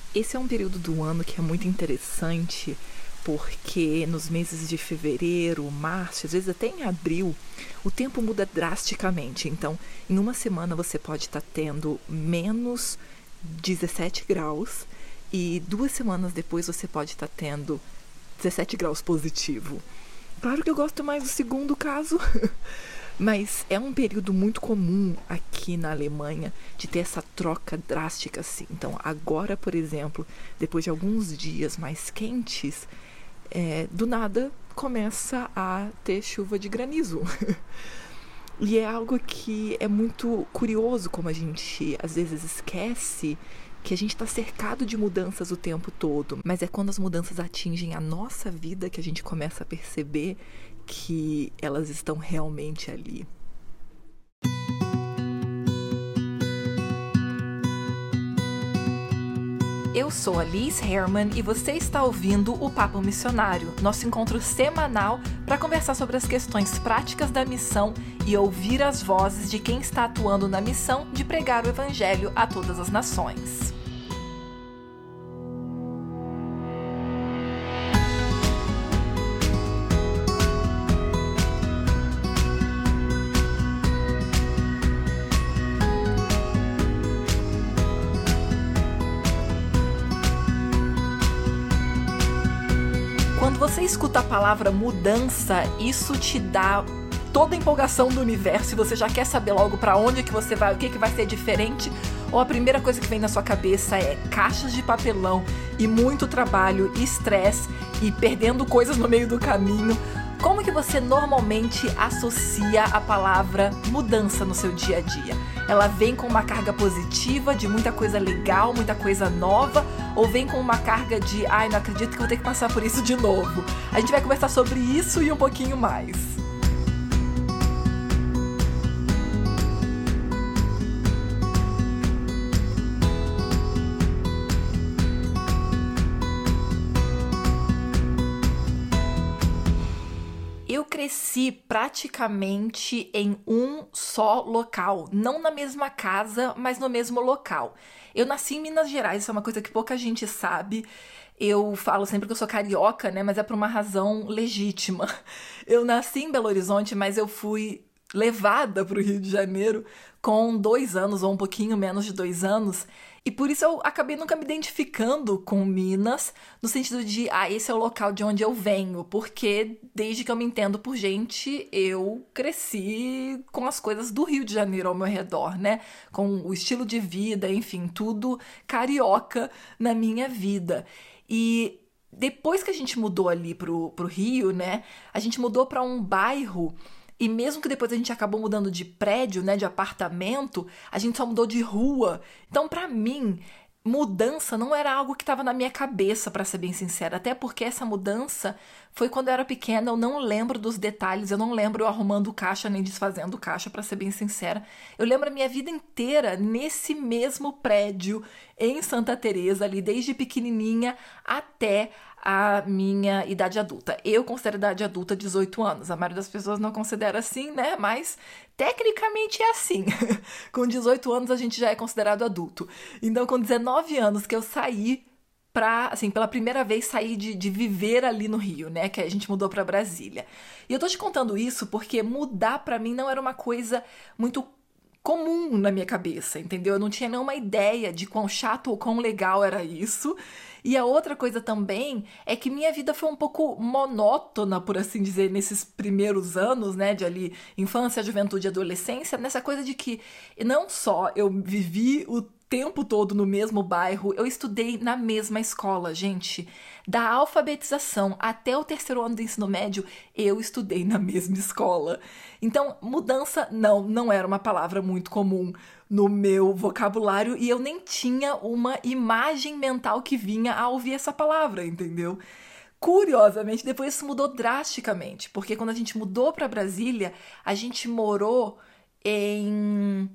Esse é um período do ano que é muito interessante, porque nos meses de fevereiro, março, às vezes até em abril, o tempo muda drasticamente. Então, em uma semana você pode estar tendo menos 17 graus e 2 semanas depois você pode estar tendo 17 graus positivo. Claro que eu gosto mais do segundo caso, mas é um período muito comum aqui na Alemanha de ter essa troca drástica assim. Então, agora, por exemplo, depois de alguns dias mais quentes, do nada começa a ter chuva de granizo. E é algo que é muito curioso, como a gente às vezes esquece que a gente está cercado de mudanças o tempo todo. Mas é quando as mudanças atingem a nossa vida que a gente começa a perceber que elas estão realmente ali. Eu sou a Liz Herman e você está ouvindo o Papo Missionário, nosso encontro semanal para conversar sobre as questões práticas da missão e ouvir as vozes de quem está atuando na missão de pregar o Evangelho a todas as nações. Quando você escuta a palavra mudança, isso te dá toda a empolgação do universo e você já quer saber logo para onde que você vai, o que vai ser diferente, ou a primeira coisa que vem na sua cabeça é caixas de papelão e muito trabalho, estresse e perdendo coisas no meio do caminho. Como que você normalmente associa a palavra mudança no seu dia a dia? Ela vem com uma carga positiva, de muita coisa legal, muita coisa nova, ou vem com uma carga de, não acredito que vou ter que passar por isso de novo? A gente vai conversar sobre isso e um pouquinho mais. Eu cresci praticamente em um só local, não na mesma casa, mas no mesmo local. Eu nasci em Minas Gerais, isso é uma coisa que pouca gente sabe. Eu falo sempre que eu sou carioca, né? Mas é por uma razão legítima. Eu nasci em Belo Horizonte, mas eu fui levada para o Rio de Janeiro com 2 anos, ou um pouquinho menos de 2 anos. E por isso eu acabei nunca me identificando com Minas, no sentido de, esse é o local de onde eu venho. Porque desde que eu me entendo por gente, eu cresci com as coisas do Rio de Janeiro ao meu redor, né? Com o estilo de vida, enfim, tudo carioca na minha vida. E depois que a gente mudou ali pro Rio, né? A gente mudou para um bairro. E mesmo que depois a gente acabou mudando de prédio, né, de apartamento, a gente só mudou de rua. Então, pra mim, mudança não era algo que estava na minha cabeça, pra ser bem sincera. Até porque essa mudança foi quando eu era pequena, eu não lembro dos detalhes, eu não lembro eu arrumando caixa nem desfazendo caixa, pra ser bem sincera. Eu lembro a minha vida inteira nesse mesmo prédio, em Santa Teresa, ali desde pequenininha até a minha idade adulta. Eu considero idade adulta 18 anos. A maioria das pessoas não considera assim, né? Mas tecnicamente é assim. Com 18 anos a gente já é considerado adulto. Então, com 19 anos que eu saí pela primeira vez saí de viver ali no Rio, né? Que a gente mudou pra Brasília. E eu tô te contando isso porque mudar pra mim não era uma coisa muito comum na minha cabeça, entendeu? Eu não tinha nenhuma ideia de quão chato ou quão legal era isso. E a outra coisa também é que minha vida foi um pouco monótona, por assim dizer, nesses primeiros anos, né, de ali, infância, juventude e adolescência, nessa coisa de que não só eu vivi o tempo todo no mesmo bairro, eu estudei na mesma escola, gente. Da alfabetização até o 3º ano do ensino médio, eu estudei na mesma escola. Então, mudança não era uma palavra muito comum no meu vocabulário e eu nem tinha uma imagem mental que vinha a ouvir essa palavra, entendeu? Curiosamente, depois isso mudou drasticamente, porque quando a gente mudou para Brasília, a gente morou em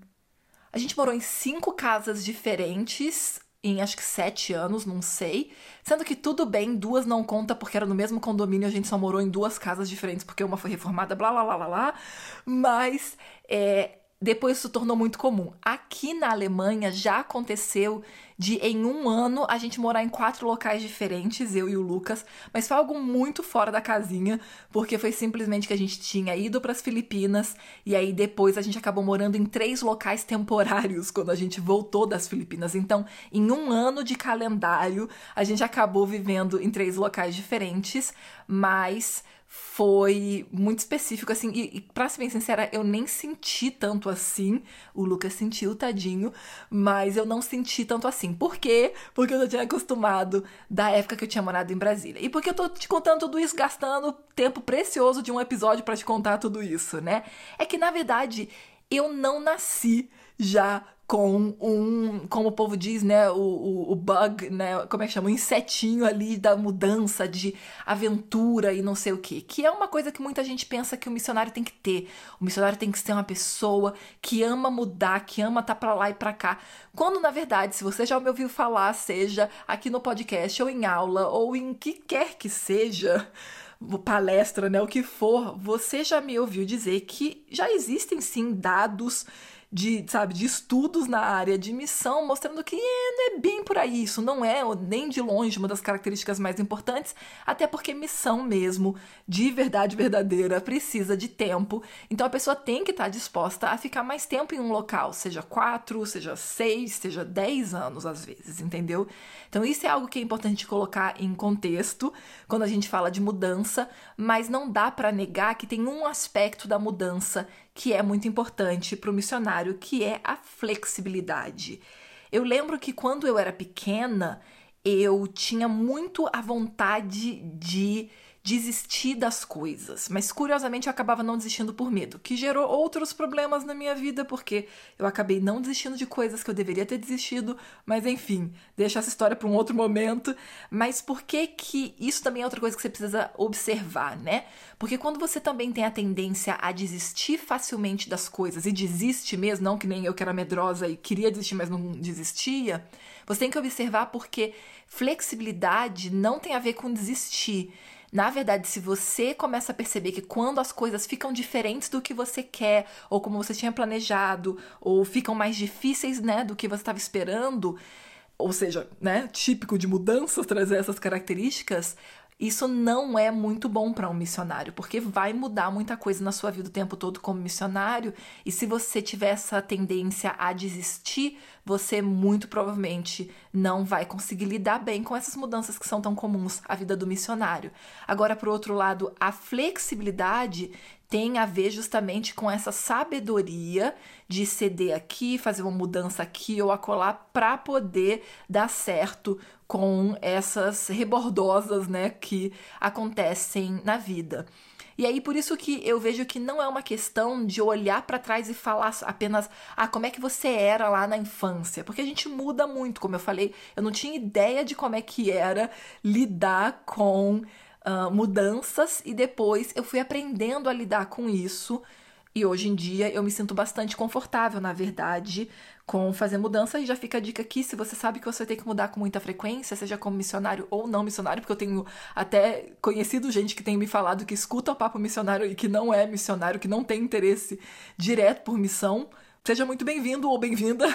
5 casas diferentes, em acho que 7 anos, não sei. Sendo que tudo bem, 2 não conta porque era no mesmo condomínio, a gente só morou em 2 casas diferentes porque uma foi reformada, blá, blá, blá, blá, blá. Mas depois isso tornou muito comum. Aqui na Alemanha já aconteceu de em um ano a gente morar em 4 locais diferentes, eu e o Lucas, mas foi algo muito fora da casinha, porque foi simplesmente que a gente tinha ido para as Filipinas e aí depois a gente acabou morando em 3 locais temporários quando a gente voltou das Filipinas. Então, em um ano de calendário, a gente acabou vivendo em 3 locais diferentes, mas foi muito específico, assim, e pra ser bem sincera, eu nem senti tanto assim. O Lucas sentiu, tadinho, mas eu não senti tanto assim. Por quê? Porque eu já tinha acostumado da época que eu tinha morado em Brasília. E porque eu tô te contando tudo isso, gastando tempo precioso de um episódio pra te contar tudo isso, né? É que, na verdade, eu não nasci já com como o povo diz, né, o bug, né, como é que chama? O insetinho ali da mudança, de aventura e não sei o quê. Que é uma coisa que muita gente pensa que o missionário tem que ter. O missionário tem que ser uma pessoa que ama mudar, que ama estar pra lá e pra cá. Quando, na verdade, se você já me ouviu falar, seja aqui no podcast, ou em aula, ou em que quer que seja, palestra, né, o que for, você já me ouviu dizer que já existem sim dados de estudos na área de missão, mostrando que não é bem por aí. Isso não é nem de longe uma das características mais importantes, até porque missão mesmo, de verdade verdadeira, precisa de tempo. Então a pessoa tem que estar disposta a ficar mais tempo em um local, seja 4, seja 6, seja 10 anos às vezes, entendeu? Então isso é algo que é importante colocar em contexto quando a gente fala de mudança, mas não dá para negar que tem um aspecto da mudança que é muito importante para o missionário, que é a flexibilidade. Eu lembro que quando eu era pequena, eu tinha muito a vontade de desistir das coisas, mas curiosamente eu acabava não desistindo por medo, que gerou outros problemas na minha vida, porque eu acabei não desistindo de coisas que eu deveria ter desistido, mas enfim, deixa essa história para um outro momento. Mas por que que isso também é outra coisa que você precisa observar, né? Porque quando você também tem a tendência a desistir facilmente das coisas, e desiste mesmo, não que nem eu que era medrosa e queria desistir, mas não desistia, você tem que observar porque flexibilidade não tem a ver com desistir. Na verdade, se você começa a perceber que quando as coisas ficam diferentes do que você quer, ou como você tinha planejado, ou ficam mais difíceis, né, do que você estava esperando, ou seja, né, típico de mudanças trazer essas características, isso não é muito bom para um missionário, porque vai mudar muita coisa na sua vida o tempo todo como missionário, e se você tiver essa tendência a desistir, você muito provavelmente não vai conseguir lidar bem com essas mudanças que são tão comuns à vida do missionário. Agora, por outro lado, a flexibilidade tem a ver justamente com essa sabedoria de ceder aqui, fazer uma mudança aqui ou acolá para poder dar certo com essas rebordosas, né, que acontecem na vida. E aí, por isso que eu vejo que não é uma questão de olhar para trás e falar apenas, como é que você era lá na infância? Porque a gente muda muito, como eu falei, eu não tinha ideia de como é que era lidar com mudanças e depois eu fui aprendendo a lidar com isso. E hoje em dia eu me sinto bastante confortável, na verdade, com fazer mudança. E já fica a dica aqui, se você sabe que você vai ter que mudar com muita frequência, seja como missionário ou não missionário, porque eu tenho até conhecido gente que tem me falado que escuta o papo missionário e que não é missionário, que não tem interesse direto por missão. Seja muito bem-vindo ou bem-vinda.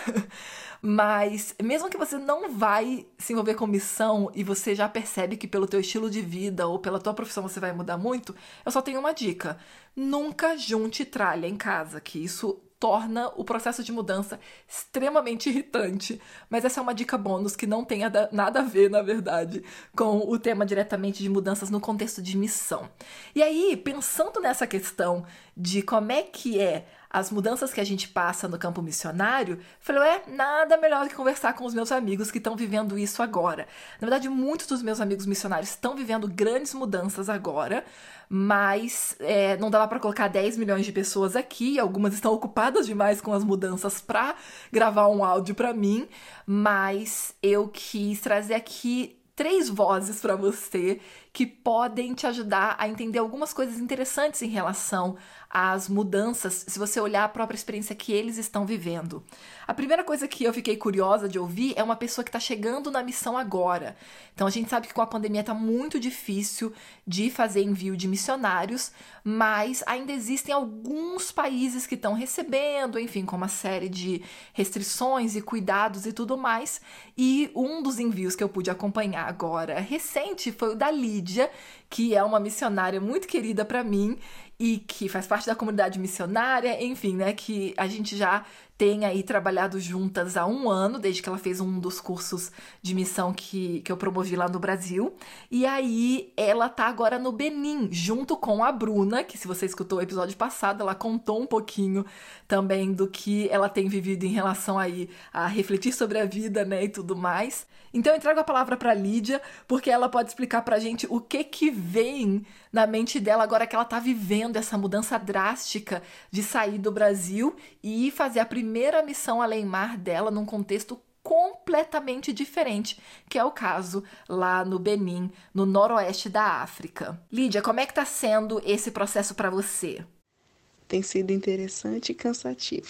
Mas mesmo que você não vai se envolver com missão e você já percebe que pelo teu estilo de vida ou pela tua profissão você vai mudar muito, eu só tenho uma dica. Nunca junte tralha em casa, que isso torna o processo de mudança extremamente irritante. Mas essa é uma dica bônus que não tem nada a ver, na verdade, com o tema diretamente de mudanças no contexto de missão. E aí, pensando nessa questão de como é que é as mudanças que a gente passa no campo missionário, falei, nada melhor do que conversar com os meus amigos que estão vivendo isso agora. Na verdade, muitos dos meus amigos missionários estão vivendo grandes mudanças agora, mas não dava para colocar 10 milhões de pessoas aqui, algumas estão ocupadas demais com as mudanças para gravar um áudio para mim, mas eu quis trazer aqui 3 vozes para você que podem te ajudar a entender algumas coisas interessantes em relação às mudanças, se você olhar a própria experiência que eles estão vivendo. A primeira coisa que eu fiquei curiosa de ouvir é uma pessoa que está chegando na missão agora. Então a gente sabe que com a pandemia está muito difícil de fazer envio de missionários, mas ainda existem alguns países que estão recebendo, enfim, com uma série de restrições e cuidados e tudo mais. E um dos envios que eu pude acompanhar agora recente foi o da Lídia, que é uma missionária muito querida para mim e que faz parte da comunidade missionária, enfim, né, que a gente já tem aí trabalhado juntas há 1 ano, desde que ela fez um dos cursos de missão que eu promovi lá no Brasil. E aí ela tá agora no Benin, junto com a Bruna, que se você escutou o episódio passado, ela contou um pouquinho também do que ela tem vivido em relação aí a refletir sobre a vida, né, e tudo mais. Então eu trago a palavra para Lídia, porque ela pode explicar pra gente o que vem na mente dela agora que ela tá vivendo essa mudança drástica de sair do Brasil e fazer a primeira missão além-mar dela num contexto completamente diferente, que é o caso lá no Benin, no noroeste da África. Lídia, como é que tá sendo esse processo para você? Tem sido interessante e cansativo.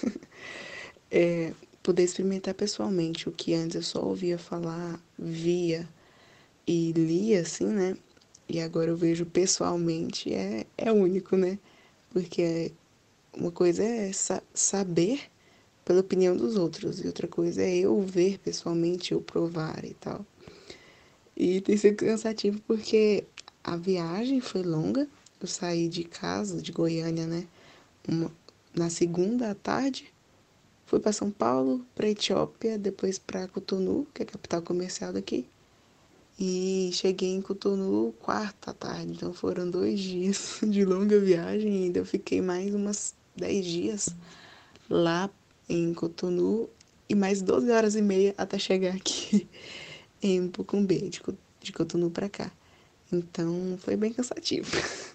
Poder experimentar pessoalmente o que antes eu só ouvia falar, via e lia, assim, né? E agora eu vejo pessoalmente, é único, né? Porque uma coisa é saber pela opinião dos outros, e outra coisa é eu ver pessoalmente, eu provar e tal. E tem sido cansativo porque a viagem foi longa. Eu saí de casa, de Goiânia, né? Na segunda à tarde, fui para São Paulo, para Etiópia, depois para Cotonou, que é a capital comercial daqui. E cheguei em Cotonou quarta à tarde, então foram 2 dias de longa viagem e ainda eu fiquei mais umas 10 dias lá em Cotonou e mais 12 horas e meia até chegar aqui em Pucumbê, de Cotonou para cá. Então foi bem cansativo.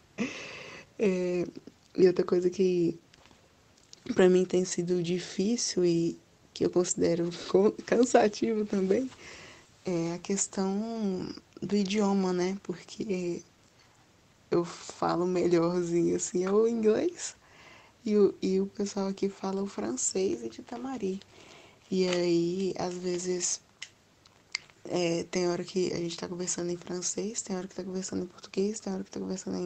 E outra coisa que para mim tem sido difícil e que eu considero cansativo também é a questão do idioma, né? Porque eu falo melhorzinho assim é o inglês e o pessoal aqui fala o francês e de Itamari. E aí, às vezes, tem hora que a gente tá conversando em francês, tem hora que tá conversando em português, tem hora que tá conversando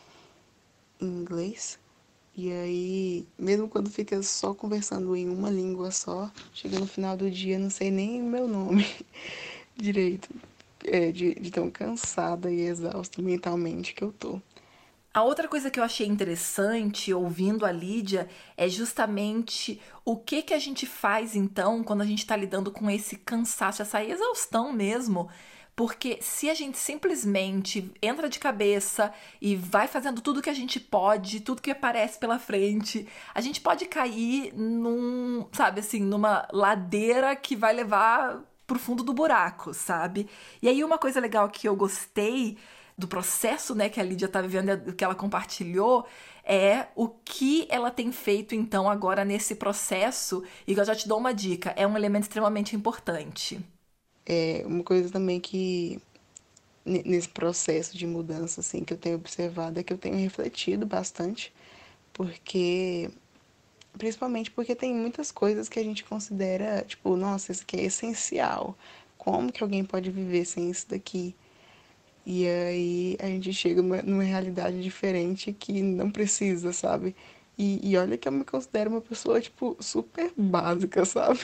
em inglês. E aí, mesmo quando fica só conversando em uma língua só, chega no final do dia, não sei nem o meu nome direito, de tão cansada e exausta mentalmente que eu tô. A outra coisa que eu achei interessante ouvindo a Lídia é justamente o que a gente faz então quando a gente está lidando com esse cansaço, essa exaustão mesmo. Porque se a gente simplesmente entra de cabeça e vai fazendo tudo que a gente pode, tudo que aparece pela frente, a gente pode cair sabe assim, numa ladeira que vai levar pro fundo do buraco, sabe? E aí uma coisa legal que eu gostei do processo, né, que a Lídia tá vivendo, que ela compartilhou, é o que ela tem feito, então, agora nesse processo, e que eu já te dou uma dica, é um elemento extremamente importante. Uma coisa também que, nesse processo de mudança, assim, que eu tenho observado, é que eu tenho refletido bastante, porque, principalmente porque tem muitas coisas que a gente considera, tipo, nossa, isso aqui é essencial. Como que alguém pode viver sem isso daqui? E aí a gente chega numa realidade diferente que não precisa, sabe? E olha que eu me considero uma pessoa, tipo, super básica, sabe?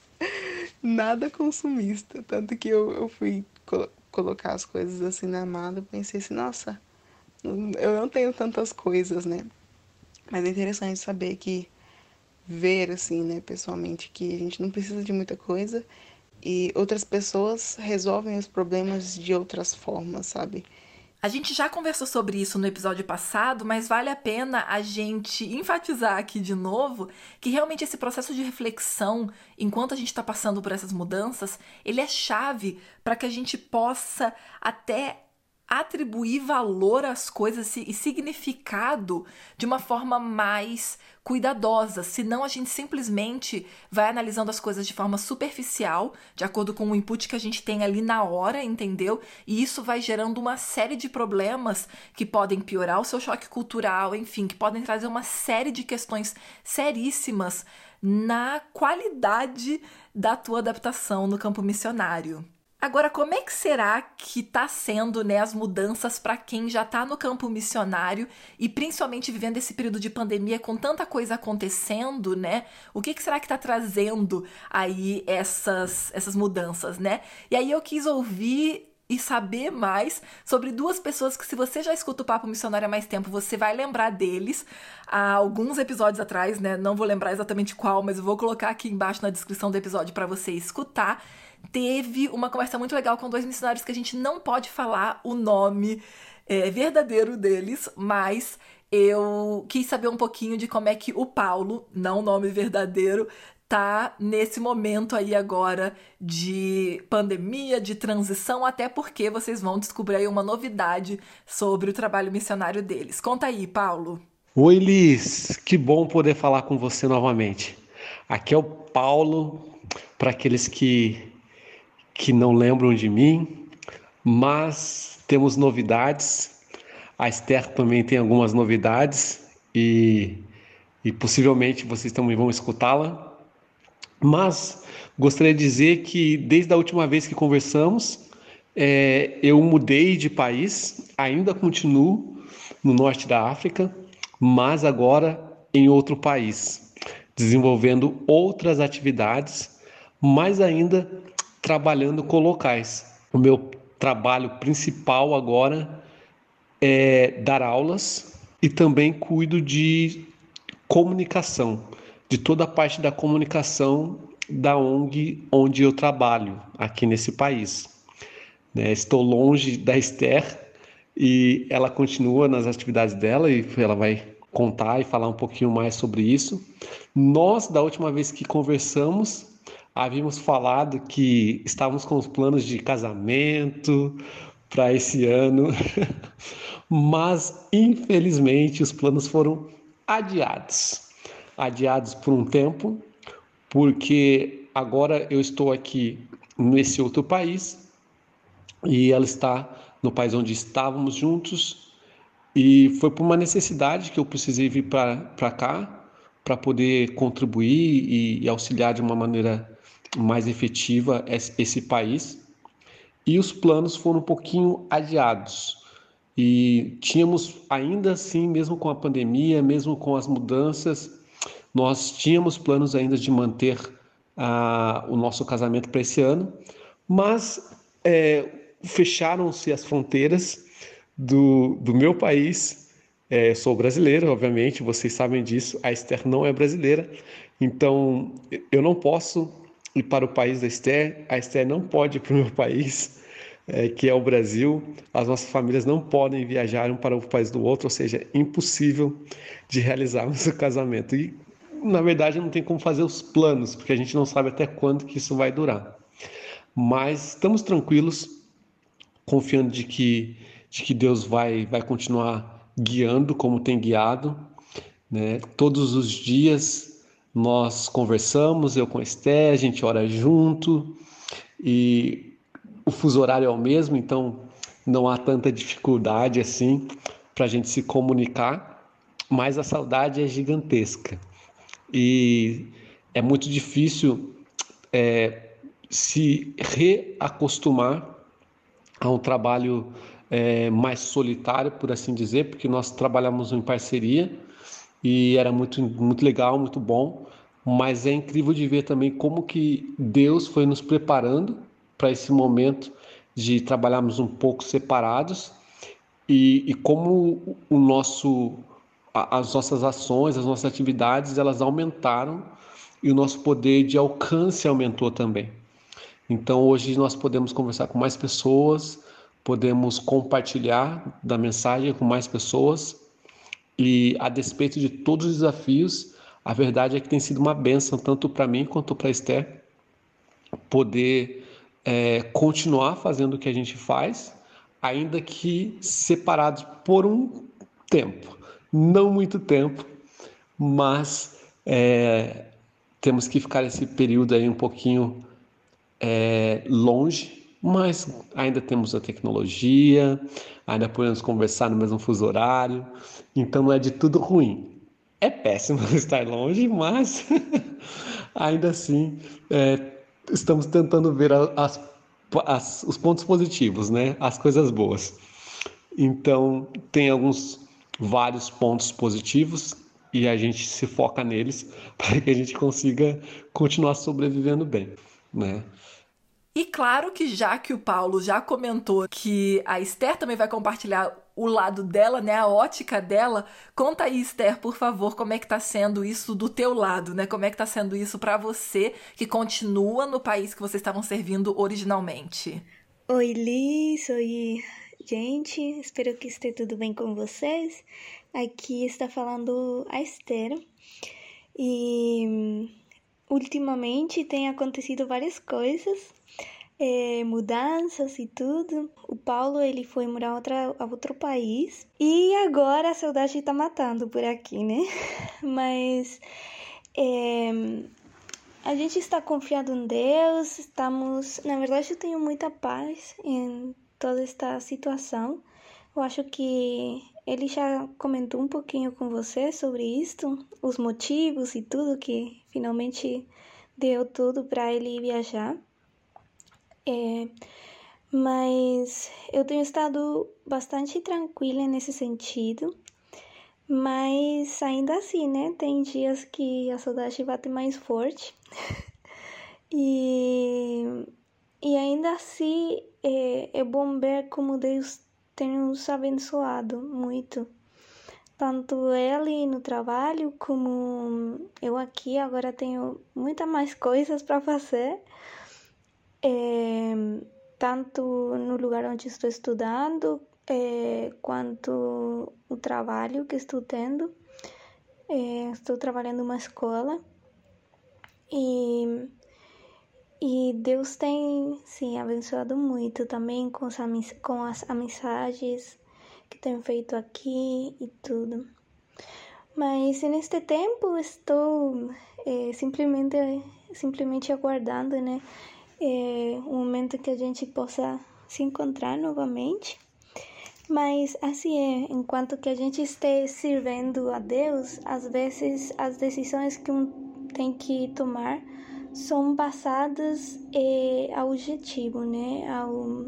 Nada consumista. Tanto que eu fui colocar as coisas assim na mala, eu pensei assim, nossa, eu não tenho tantas coisas, né? Mas é interessante saber que, ver assim, né, pessoalmente, que a gente não precisa de muita coisa e outras pessoas resolvem os problemas de outras formas, sabe? A gente já conversou sobre isso no episódio passado, mas vale a pena a gente enfatizar aqui de novo que realmente esse processo de reflexão, enquanto a gente está passando por essas mudanças, ele é chave para que a gente possa até atribuir valor às coisas e significado de uma forma mais cuidadosa, senão a gente simplesmente vai analisando as coisas de forma superficial, de acordo com o input que a gente tem ali na hora, entendeu? E isso vai gerando uma série de problemas que podem piorar o seu choque cultural, enfim, que podem trazer uma série de questões seríssimas na qualidade da tua adaptação no campo missionário. Agora, como é que será que tá sendo, né, as mudanças para quem já tá no campo missionário e principalmente vivendo esse período de pandemia com tanta coisa acontecendo, né? O que será que tá trazendo aí essas mudanças, né? E aí eu quis ouvir e saber mais sobre duas pessoas que, se você já escuta o Papo Missionário há mais tempo, você vai lembrar deles. Há alguns episódios atrás, né? Não vou lembrar exatamente qual, mas eu vou colocar aqui embaixo na descrição do episódio para você escutar. Teve uma conversa muito legal com dois missionários que a gente não pode falar o nome verdadeiro deles, mas eu quis saber um pouquinho de como é que o Paulo, não o nome verdadeiro, tá nesse momento aí agora de pandemia, de transição, até porque vocês vão descobrir aí uma novidade sobre o trabalho missionário deles. Conta aí, Paulo. Oi, Liz, que bom poder falar com você novamente. Aqui é o Paulo, para aqueles que não lembram de mim, mas temos novidades. A Esther também tem algumas novidades e possivelmente vocês também vão escutá-la. Mas gostaria de dizer que desde a última vez que conversamos, eu mudei de país, ainda continuo no norte da África, mas agora em outro país, desenvolvendo outras atividades, mas ainda trabalhando com locais. O meu trabalho principal agora é dar aulas e também cuido de comunicação, de toda a parte da comunicação da ONG onde eu trabalho aqui nesse país. Estou longe da Esther e ela continua nas atividades dela e ela vai contar e falar um pouquinho mais sobre isso. Nós, da última vez que conversamos, havíamos falado que estávamos com os planos de casamento para esse ano, mas infelizmente os planos foram adiados. Adiados por um tempo, porque agora eu estou aqui nesse outro país e ela está no país onde estávamos juntos, e foi por uma necessidade que eu precisei vir para cá para poder contribuir e auxiliar de uma maneira mais efetiva esse país. E os planos foram um pouquinho adiados. E tínhamos ainda assim, mesmo com a pandemia, mesmo com as mudanças, nós tínhamos planos ainda de manter o nosso casamento para esse ano, mas fecharam-se as fronteiras do meu país. Sou brasileiro, obviamente, vocês sabem disso, a Esther não é brasileira, então eu não posso ir para o país da Esther, a Esther não pode ir para o meu país, que é o Brasil, as nossas famílias não podem viajar um para o país do outro, ou seja, é impossível de realizarmos o casamento. E, na verdade, não tem como fazer os planos, porque a gente não sabe até quando que isso vai durar. Mas estamos tranquilos, confiando de que Deus vai continuar guiando como tem guiado, né? Todos os dias nós conversamos, eu com a Esther, a gente ora junto, e o fuso horário é o mesmo, então não há tanta dificuldade assim para a gente se comunicar, mas a saudade é gigantesca e é muito difícil se reacostumar a um trabalho mais solitário, por assim dizer, porque nós trabalhamos em parceria e era muito, muito legal, muito bom, mas é incrível de ver também como que Deus foi nos preparando para esse momento de trabalharmos um pouco separados e como as nossas ações, as nossas atividades, elas aumentaram e o nosso poder de alcance aumentou também. Então hoje nós podemos conversar com mais pessoas, podemos compartilhar da mensagem com mais pessoas e, a despeito de todos os desafios, a verdade é que tem sido uma bênção tanto para mim quanto para a Esther poder continuar fazendo o que a gente faz, ainda que separados por um tempo, não muito tempo, mas temos que ficar esse período aí um pouquinho longe, mas ainda temos a tecnologia, ainda podemos conversar no mesmo fuso horário, então não é de tudo ruim. É péssimo estar longe, mas ainda assim estamos tentando ver os pontos positivos, né? As coisas boas. Então tem vários pontos positivos e a gente se foca neles para que a gente consiga continuar sobrevivendo bem, né? E claro que já que o Paulo já comentou que a Esther também vai compartilhar o lado dela, né, a ótica dela, conta aí, Esther, por favor, como é que tá sendo isso do teu lado, né? Como é que tá sendo isso pra você que continua no país que vocês estavam servindo originalmente? Oi, Liz, oi, gente, espero que esteja tudo bem com vocês. Aqui está falando a Esther e ultimamente tem acontecido várias coisas, mudanças e tudo. O Paulo, ele foi morar a outro país e agora a saudade tá matando por aqui, né? Mas a gente está confiado em Deus, na verdade eu tenho muita paz em toda esta situação. Eu acho que ele já comentou um pouquinho com você sobre isto, os motivos e tudo que finalmente deu tudo para ele viajar. Mas eu tenho estado bastante tranquila nesse sentido, mas ainda assim, né? Tem dias que a saudade bate mais forte e ainda assim é bom ver como Deus tem nos abençoado muito. Tanto ele no trabalho como eu aqui agora tenho muitas mais coisas para fazer. Tanto no lugar onde estou estudando, quanto o trabalho que estou tendo. Estou trabalhando em uma escola e Deus tem, sim, abençoado muito também com as amizades que tenho feito aqui e tudo. Mas neste tempo estou simplesmente aguardando, né? Um momento que a gente possa se encontrar novamente. Mas assim enquanto que a gente esteja servindo a Deus, às vezes as decisões que um tem que tomar são basadas ao objetivo, né? Ao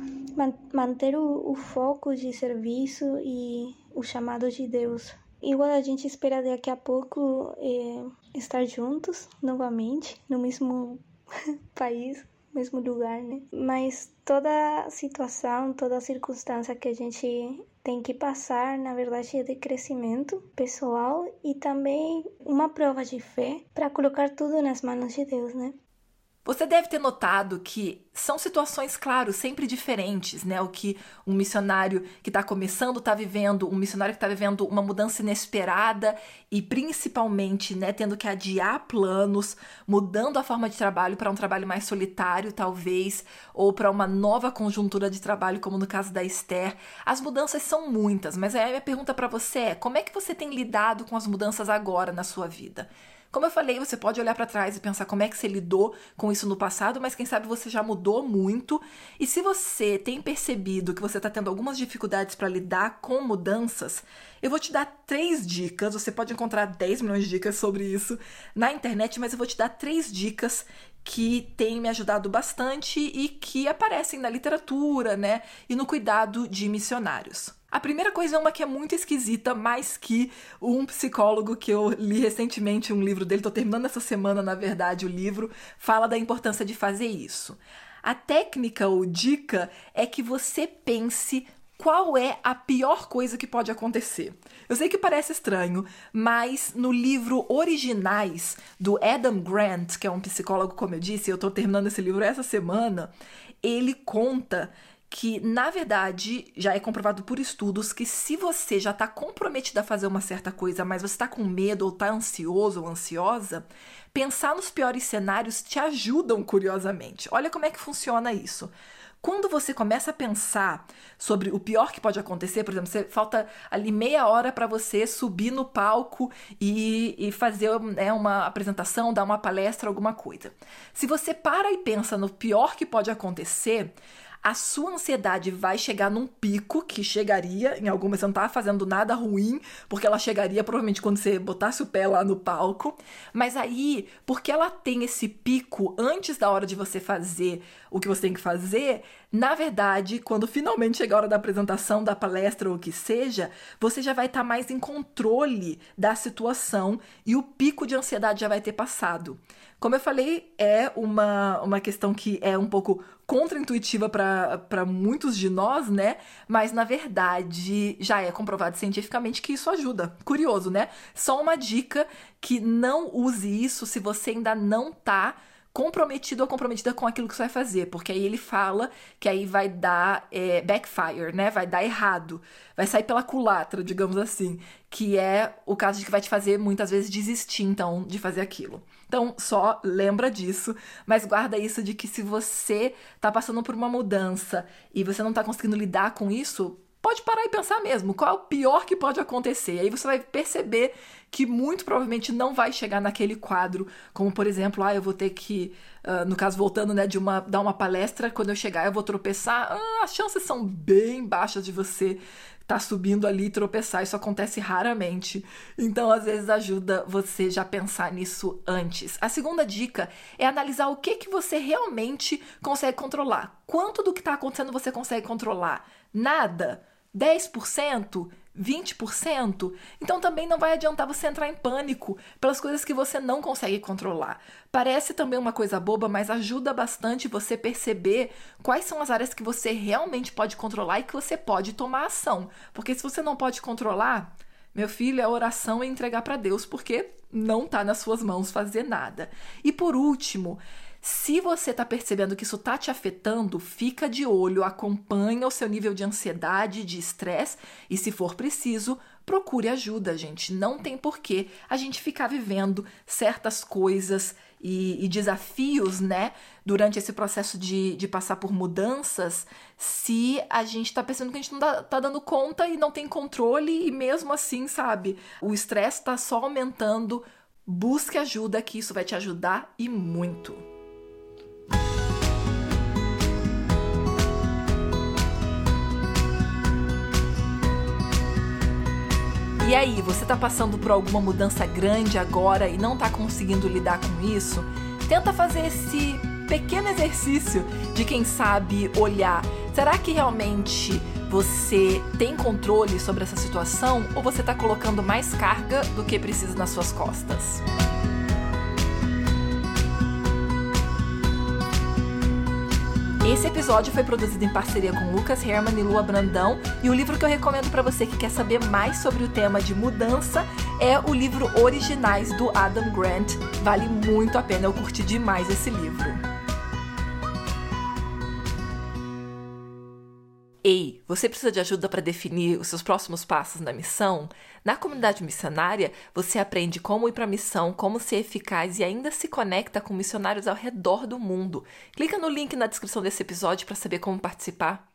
manter o foco de serviço e o chamado de Deus. Igual a gente espera daqui a pouco estar juntos novamente, no mesmo país, mesmo lugar, né? Mas toda situação, toda circunstância que a gente tem que passar, na verdade, é de crescimento pessoal e também uma prova de fé para colocar tudo nas mãos de Deus, né? Você deve ter notado que são situações, claro, sempre diferentes, né? O que um missionário que está começando está vivendo, um missionário que está vivendo uma mudança inesperada e principalmente, né, tendo que adiar planos, mudando a forma de trabalho para um trabalho mais solitário, talvez, ou para uma nova conjuntura de trabalho, como no caso da Esther. As mudanças são muitas, mas aí a minha pergunta para você é: como é que você tem lidado com as mudanças agora na sua vida? Como eu falei, você pode olhar para trás e pensar como é que você lidou com isso no passado, mas quem sabe você já mudou muito. E se você tem percebido que você está tendo algumas dificuldades para lidar com mudanças, eu vou te dar 3 dicas. Você pode encontrar 10 milhões de dicas sobre isso na internet, mas eu vou te dar 3 dicas que têm me ajudado bastante e que aparecem na literatura, né, e no cuidado de missionários. A primeira coisa é uma que é muito esquisita, mas que um psicólogo que eu li recentemente um livro dele, tô terminando essa semana, na verdade, o livro, fala da importância de fazer isso. A técnica ou dica é que você pense qual é a pior coisa que pode acontecer. Eu sei que parece estranho, mas no livro Originais, do Adam Grant, que é um psicólogo, como eu disse, eu tô terminando esse livro essa semana, ele conta que, na verdade, já é comprovado por estudos que se você já está comprometido a fazer uma certa coisa, mas você está com medo ou está ansioso ou ansiosa, pensar nos piores cenários te ajudam, curiosamente. Olha como é que funciona isso. Quando você começa a pensar sobre o pior que pode acontecer, por exemplo, falta ali meia hora para você subir no palco e fazer uma apresentação, dar uma palestra, alguma coisa. Se você para e pensa no pior que pode acontecer, a sua ansiedade vai chegar num pico, que chegaria em alguma... Você não tá fazendo nada ruim, porque ela chegaria provavelmente quando você botasse o pé lá no palco. Mas aí, porque ela tem esse pico antes da hora de você fazer o que você tem que fazer, na verdade, quando finalmente chegar a hora da apresentação, da palestra ou o que seja, você já vai estar mais em controle da situação e o pico de ansiedade já vai ter passado. Como eu falei, é uma questão que é um pouco contraintuitiva para muitos de nós, né? Mas, na verdade, já é comprovado cientificamente que isso ajuda. Curioso, né? Só uma dica que não use isso se você ainda não tá comprometido ou comprometida com aquilo que você vai fazer, porque aí ele fala que aí vai dar backfire, né? Vai dar errado, vai sair pela culatra, digamos assim, que é o caso de que vai te fazer muitas vezes desistir, então, de fazer aquilo. Então, só lembra disso, mas guarda isso de que se você tá passando por uma mudança e você não tá conseguindo lidar com isso, pode parar e pensar mesmo, qual é o pior que pode acontecer? Aí você vai perceber que muito provavelmente não vai chegar naquele quadro, como por exemplo, eu vou ter que, no caso voltando, né, dar uma palestra, quando eu chegar eu vou tropeçar, as chances são bem baixas de você tá subindo ali e tropeçar, isso acontece raramente, então às vezes ajuda você já pensar nisso antes. A segunda dica é analisar o que você realmente consegue controlar. Quanto do que tá acontecendo você consegue controlar? Nada? 10%? 20%? Então também não vai adiantar você entrar em pânico pelas coisas que você não consegue controlar. Parece também uma coisa boba, mas ajuda bastante você perceber quais são as áreas que você realmente pode controlar e que você pode tomar ação. Porque se você não pode controlar, meu filho, é oração e entregar para Deus, porque não tá nas suas mãos fazer nada. E por último, se você está percebendo que isso está te afetando, fica de olho, acompanha o seu nível de ansiedade, de estresse e, se for preciso, procure ajuda, gente. Não tem porquê a gente ficar vivendo certas coisas e desafios, né, durante esse processo de passar por mudanças, se a gente está percebendo que a gente não tá dando conta e não tem controle e mesmo assim, sabe, o estresse está só aumentando. Busque ajuda, que isso vai te ajudar e muito. E aí, você tá passando por alguma mudança grande agora e não tá conseguindo lidar com isso? Tenta fazer esse pequeno exercício de, quem sabe, olhar. Será que realmente você tem controle sobre essa situação ou você tá colocando mais carga do que precisa nas suas costas? Esse episódio foi produzido em parceria com Lucas Herman e Lua Brandão, e o livro que eu recomendo para você que quer saber mais sobre o tema de mudança é o livro Originais, do Adam Grant. Vale muito a pena, eu curti demais esse livro. Ei, você precisa de ajuda para definir os seus próximos passos na missão? Na comunidade missionária, você aprende como ir para a missão, como ser eficaz e ainda se conecta com missionários ao redor do mundo. Clica no link na descrição desse episódio para saber como participar.